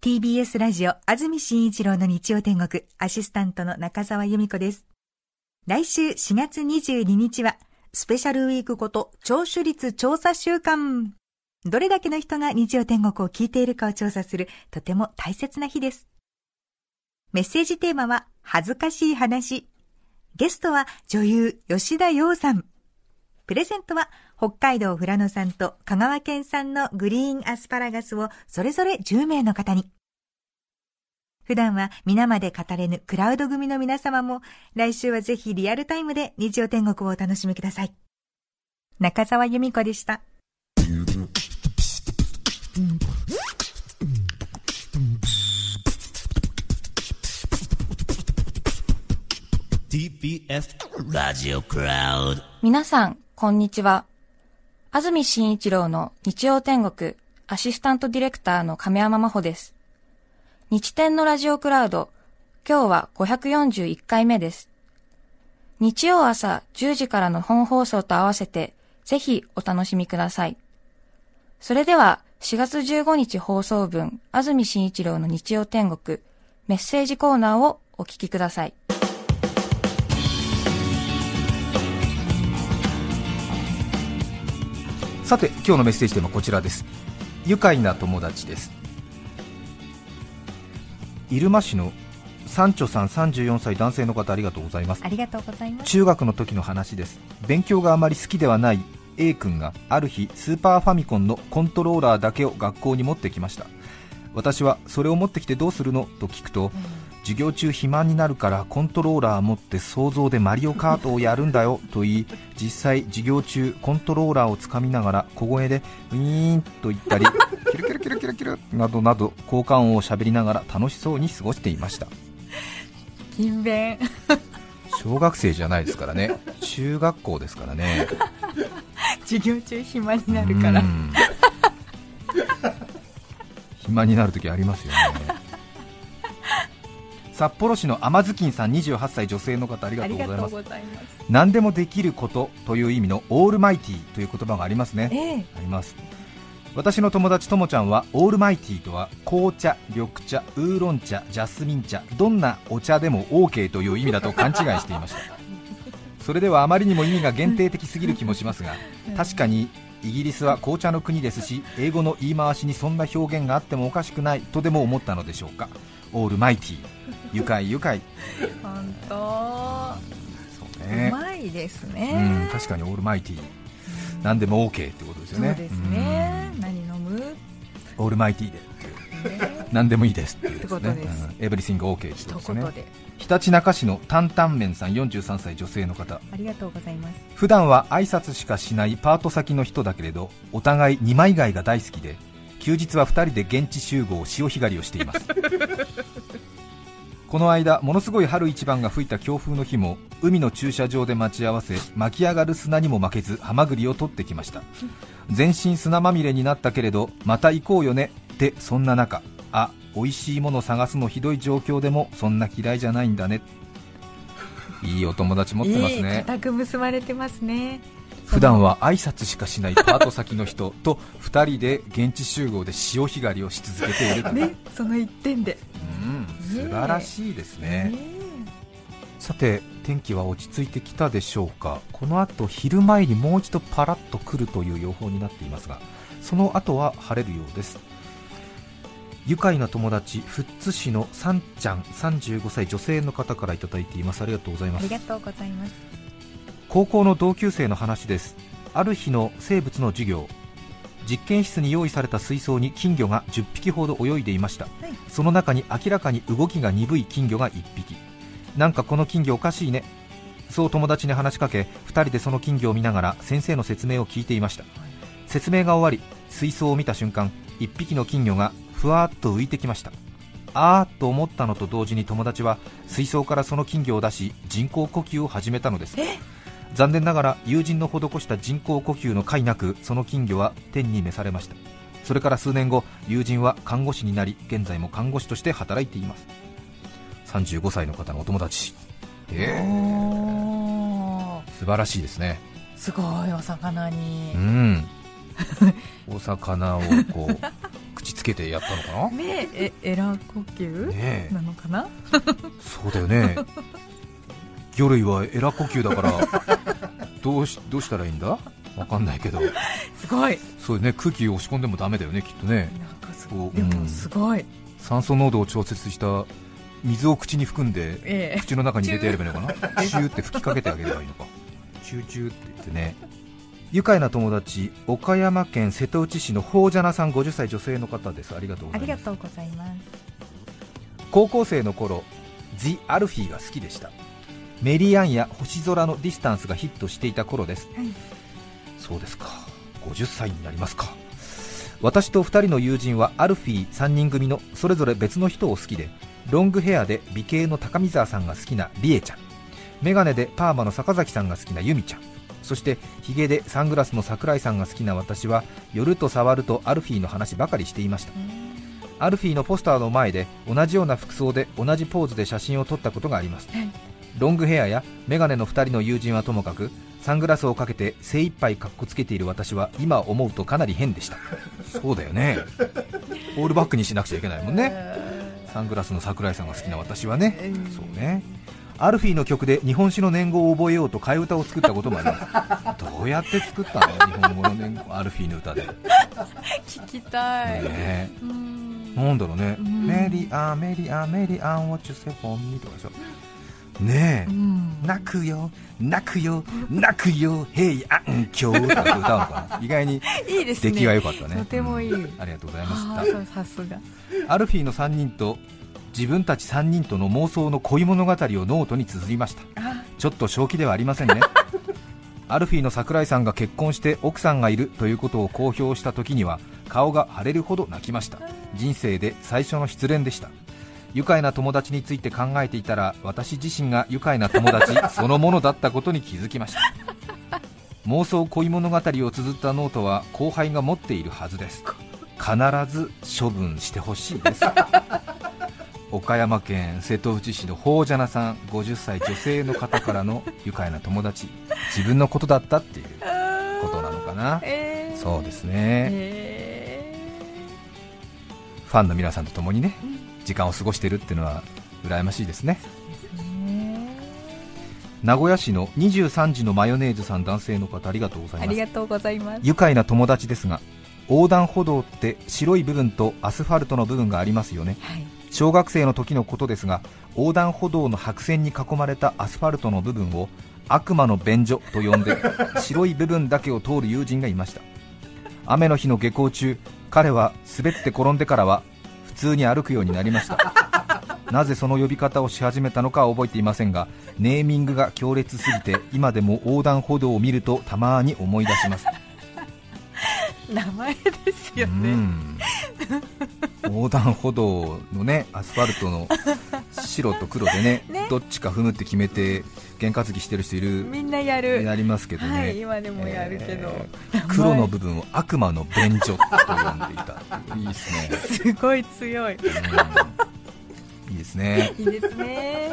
TBS ラジオ安住紳一郎の日曜天国、アシスタントの中澤由美子です。来週4月22日はスペシャルウィークこと聴取率調査週間。どれだけの人が日曜天国を聞いているかを調査するとても大切な日です。メッセージテーマは恥ずかしい話。ゲストは女優吉田羊さん。プレゼントは北海道富良野産と香川県産のグリーンアスパラガスをそれぞれ10名の方に。普段は皆まで語れぬクラウド組の皆様も来週はぜひリアルタイムで日曜天国をお楽しみください。中澤由美子でした。 TBS ラジオクラウド。 皆さんこんにちは。安住紳一郎の日曜天国アシスタントディレクターの亀山真帆です。日天のラジオクラウド、今日は541回目です。日曜朝10時からの本放送と合わせてぜひお楽しみください。それでは4月15日放送分安住紳一郎の日曜天国メッセージコーナーをお聞きください。 さて今日のメッセージテーマはこちらです。愉快な友達です。入間市のサンチョさん34歳男性の方、ありがとうございます。 ありがとうございます。 中学の時の話です。勉強があまり好きではない A 君がある日スーパーファミコンのコントローラーだけを学校に持ってきました。私はそれを持ってきてどうするのと聞くと、授業中肥満になるからコントローラー持って想像でマリオカートをやるんだよと言い、実際授業中コントローラーをつかみながら小声でウィーンと言ったりキルキルキルキルキルなどなど効果音を喋りながら楽しそうに過ごしていました。 勤勉。 小学生じゃないですからね、中学校ですからね。 授業中暇になるから暇になるときありますよね。札幌市の甘ずきんさん28歳女性の方、ありがとうございます。何でもできることという意味のオールマイティという言葉がありますね、あります。私の友達ともちゃんはオールマイティとは紅茶、緑茶、ウーロン茶、ジャスミン茶、どんなお茶でも OK という意味だと勘違いしていましたそれではあまりにも意味が限定的すぎる気もしますが、確かにイギリスは紅茶の国ですし、英語の言い回しにそんな表現があってもおかしくないとでも思ったのでしょうか。オールマイティ、愉快愉快。 本当、 そうね、 うまいですね、 確かにオールマイティ、何でも OK ってことですよね。 そうですね、何飲むオールマイティで何でもいいですっていうですね、エブリシング OK ってことですね。日立中市の担々麺さん43歳女性の方、 ありがとうございます。 普段は挨拶しかしないパート先の人だけれど、お互い二枚貝が大好きで、休日は2人で現地集合、潮干狩りをしていますこの間ものすごい春一番が吹いた強風の日も海の駐車場で待ち合わせ、巻き上がる砂にも負けずハマグリを取ってきました。全身砂まみれになったけれどまた行こうよねって、そんな中、あ、美味しいもの探すのひどい状況でもそんな嫌いじゃないんだね。いいお友達持ってますね。 固く結ばれてますね。 普段は挨拶しかしないパート先の人と2人で現地集合で潮干狩りをし続けているね、その一点で、 素晴らしいですね。さて天気は落ち着いてきたでしょうか。この後昼前にもう一度パラッと来るという予報になっていますが、その後は晴れるようです。愉快な友達、富津市のさんちゃん35歳女性の方からいただいています。ありがとうございます。 ありがとうございます。 高校の同級生の話です。ある日の生物の授業、実験室に用意された水槽に金魚が10匹ほど泳いでいました、その中に明らかに動きが鈍い金魚が1匹。なんかこの金魚おかしいね、そう友達に話しかけ、2人でその金魚を見ながら先生の説明を聞いていました。説明が終わり、水槽を見た瞬間、1匹の金魚がふわーっと浮いてきました。あーと思ったのと同時に友達は水槽からその金魚を出し人工呼吸を始めたのです。残念ながら友人の施した人工呼吸の甲斐なく、その金魚は天に召されました。それから数年後、友人は看護師になり、現在も看護師として働いています。35歳の方のお友達、素晴らしいですね。 すごいお魚に、 お魚をこう口つけてやったのかな。 ねえ、エラ呼吸、 ねえなのかな。 そうだよね。魚類はエラ呼吸だからどうしたらいいんだ、わかんないけど、 すごい。 そうね、空気を押し込んでもダメだよね、きっとね。 なんかすごい、でもすごい、 酸素濃度を調節した水を口に含んで、口の中に入れてやればいいのかな。チューって吹きかけてあげればいいのか。チューチューって言ってね。愉快な友達、岡山県瀬戸内市のほうじゃなさん、50歳女性の方です。ありがとうございます。 ありがとうございます。 高校生の頃、ジ・アルフィーが好きでした。メリーアンや星空のディスタンスがヒットしていた頃です、はい、そうですか、50歳になりますか。私と2人の友人はアルフィー3人組のそれぞれ別の人を好きで、ロングヘアで美形の高見沢さんが好きなリエちゃん、メガネでパーマの坂崎さんが好きなユミちゃん、そしてヒゲでサングラスの桜井さんが好きな私は、夜と触るとアルフィーの話ばかりしていました。アルフィーのポスターの前で同じような服装で同じポーズで写真を撮ったことがあります、はい。ロングヘアやメガネの2人の友人はともかく、サングラスをかけて精一杯かっこつけている私は今思うとかなり変でした。そうだよね、オールバックにしなくちゃいけないもんね。サングラスの桜井さんが好きな私はね、そうね。アルフィーの曲で日本史の年号を覚えようと替え歌を作ったこともあります。どうやって作ったの、日本語の年号、アルフィーの歌で。 聞きたい、 ね、なんだろうね、メリアメリアメリアン What you say for me とかでしょねえ、泣くよ泣くよ泣くよヘイアンキョーとか歌うのかな。意外に出来が良かったね。 とてもいい、 ありがとうございました。 さすが。 アルフィーの3人と自分たち3人との妄想の恋物語をノートに綴りました。ちょっと正気ではありませんね。アルフィーの桜井さんが結婚して奥さんがいるということを公表した時には顔が腫れるほど泣きました。人生で最初の失恋でした。愉快な友達について考えていたら、私自身が愉快な友達そのものだったことに気づきました。妄想恋物語を綴ったノートは後輩が持っているはずです。必ず処分してほしいです。岡山県瀬戸内市のほうじゃなさん、50歳女性の方からの愉快な友達、自分のことだったっていうことなのかな、そうですね、ファンの皆さんと共にね、時間を過ごしているっていうのは羨ましいですね。名古屋市の23時のマヨネーズさん、男性の方、ありがとうございます。 ありがとうございます。 愉快な友達ですが、横断歩道って白い部分とアスファルトの部分がありますよね、はい、小学生の時のことですが、横断歩道の白線に囲まれたアスファルトの部分を悪魔の便所と呼んで白い部分だけを通る友人がいました。雨の日の下校中、彼は滑って転んでからは普通に歩くようになりました。なぜその呼び方をし始めたのかは覚えていませんが、ネーミングが強烈すぎて今でも横断歩道を見るとたまに思い出します。 名前ですよね。 横断歩道のね、アスファルトの白と黒で ねどっちか踏むって決めて験担ぎしてる人いる。 みんなやる、 やりますけどね、 はい、今でもやるけど、 黒の部分を悪魔の便所と呼んでいた。いいですね。 すごい強い、 いいですね。 いいですね。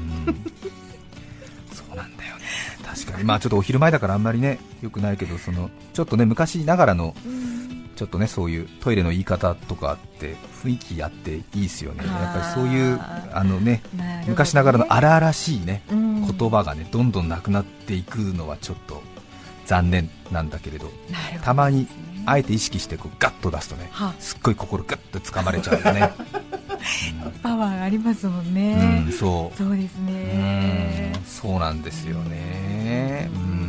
そうなんだよね、確かに。まあちょっとお昼前だからあんまりね良くないけど、そのちょっとね昔ながらのちょっとね、そういうトイレの言い方とかあって雰囲気あっていいですよね。やっぱりそういうね、昔ながらの荒々しいね、言葉がねどんどんなくなっていくのはちょっと残念なんだけれど、たまにあえて意識してこうガッと出すとね、すっごい心ガッと掴まれちゃうよね。 パワーがありますもんね。 そうですね。 そうなんですよね。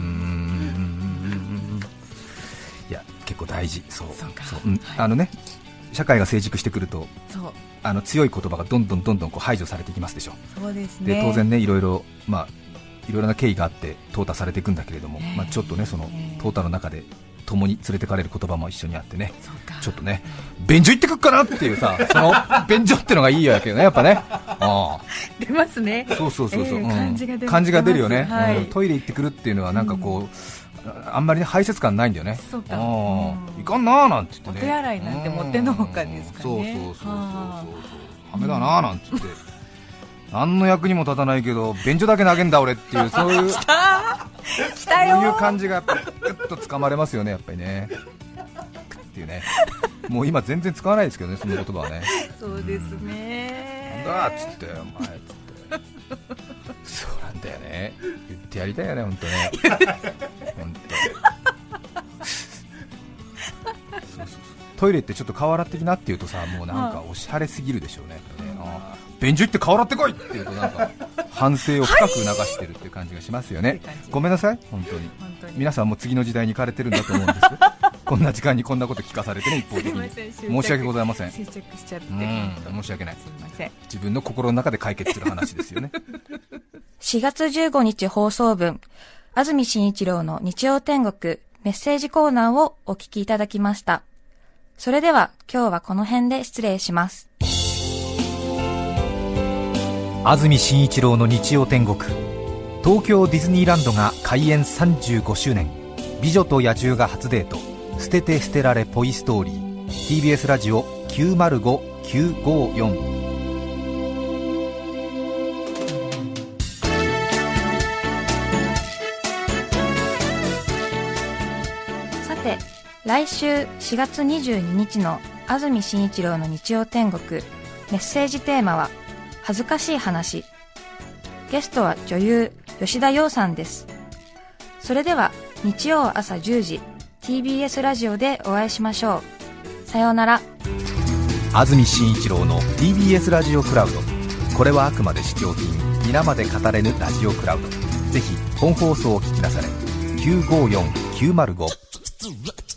いや結構大事。ね、社会が成熟してくると強い言葉がどんどんこう排除されていきますでしょ。 そうですね。 で当然ね、いろいろな経緯があって淘汰されていくんだけれども、ちょっとねその淘汰の中で共に連れてかれる言葉も一緒にあってね、ちょっとね便所行ってくっかなっていうさ、その便所ってのがいいやけどね、やっぱね。 出ますね。 そう、 感じが出るよね、トイレ行ってくるっていうのはなんかこう、あんまりね排泄感ないんだよね。 そうか、 いかんなーなんて言ってね、 お手洗いなんてもってのほかですかね。 そうダメだなーなんて言って何の役にも立たないけど便所だけ投げんだ俺っていう、そういう来たよ、 そういう感じがやっぱりグッと掴まれますよね、やっぱりね。っていうね、 もう今全然使わないですけどね、その言葉はね。 そうですね。 なんだっつってお前っつってそうなんだよね、言ってやりたいよね、本当ね。本当そうトイレってちょっと河原的なっていうとさ、もうなんかおしゃれすぎるでしょうね。便所行って河原ってこいっていうとなんか反省を深く流してるっていう感じがしますよね。ごめんなさい、本当に皆さんも次の時代に行かれてるんだと思うんですけどこんな時間にこんなこと聞かされてね、一方的に申し訳ございません。 執着しちゃって申し訳ない。 すいません。 自分の心の中で解決する話ですよね。 4月15日放送分、安住紳一郎の日曜天国メッセージコーナーをお聞きいただきました。それでは今日はこの辺で失礼します。 安住紳一郎の日曜天国、東京ディズニーランドが開園35周年、美女と野獣が初デート、捨てて捨てられポイストーリー、 TBS ラジオ 905-954。 さて、来週4月22日の安住紳一郎の日曜天国メッセージテーマは恥ずかしい話。ゲストは女優吉田羊さんです。それでは日曜朝10時 TBS ラジオでお会いしましょう。さようなら。 安住紳一郎の TBS ラジオクラウド、これはあくまで試供品、皆まで語れぬラジオクラウド。ぜひ本放送を聞きなされ。954-905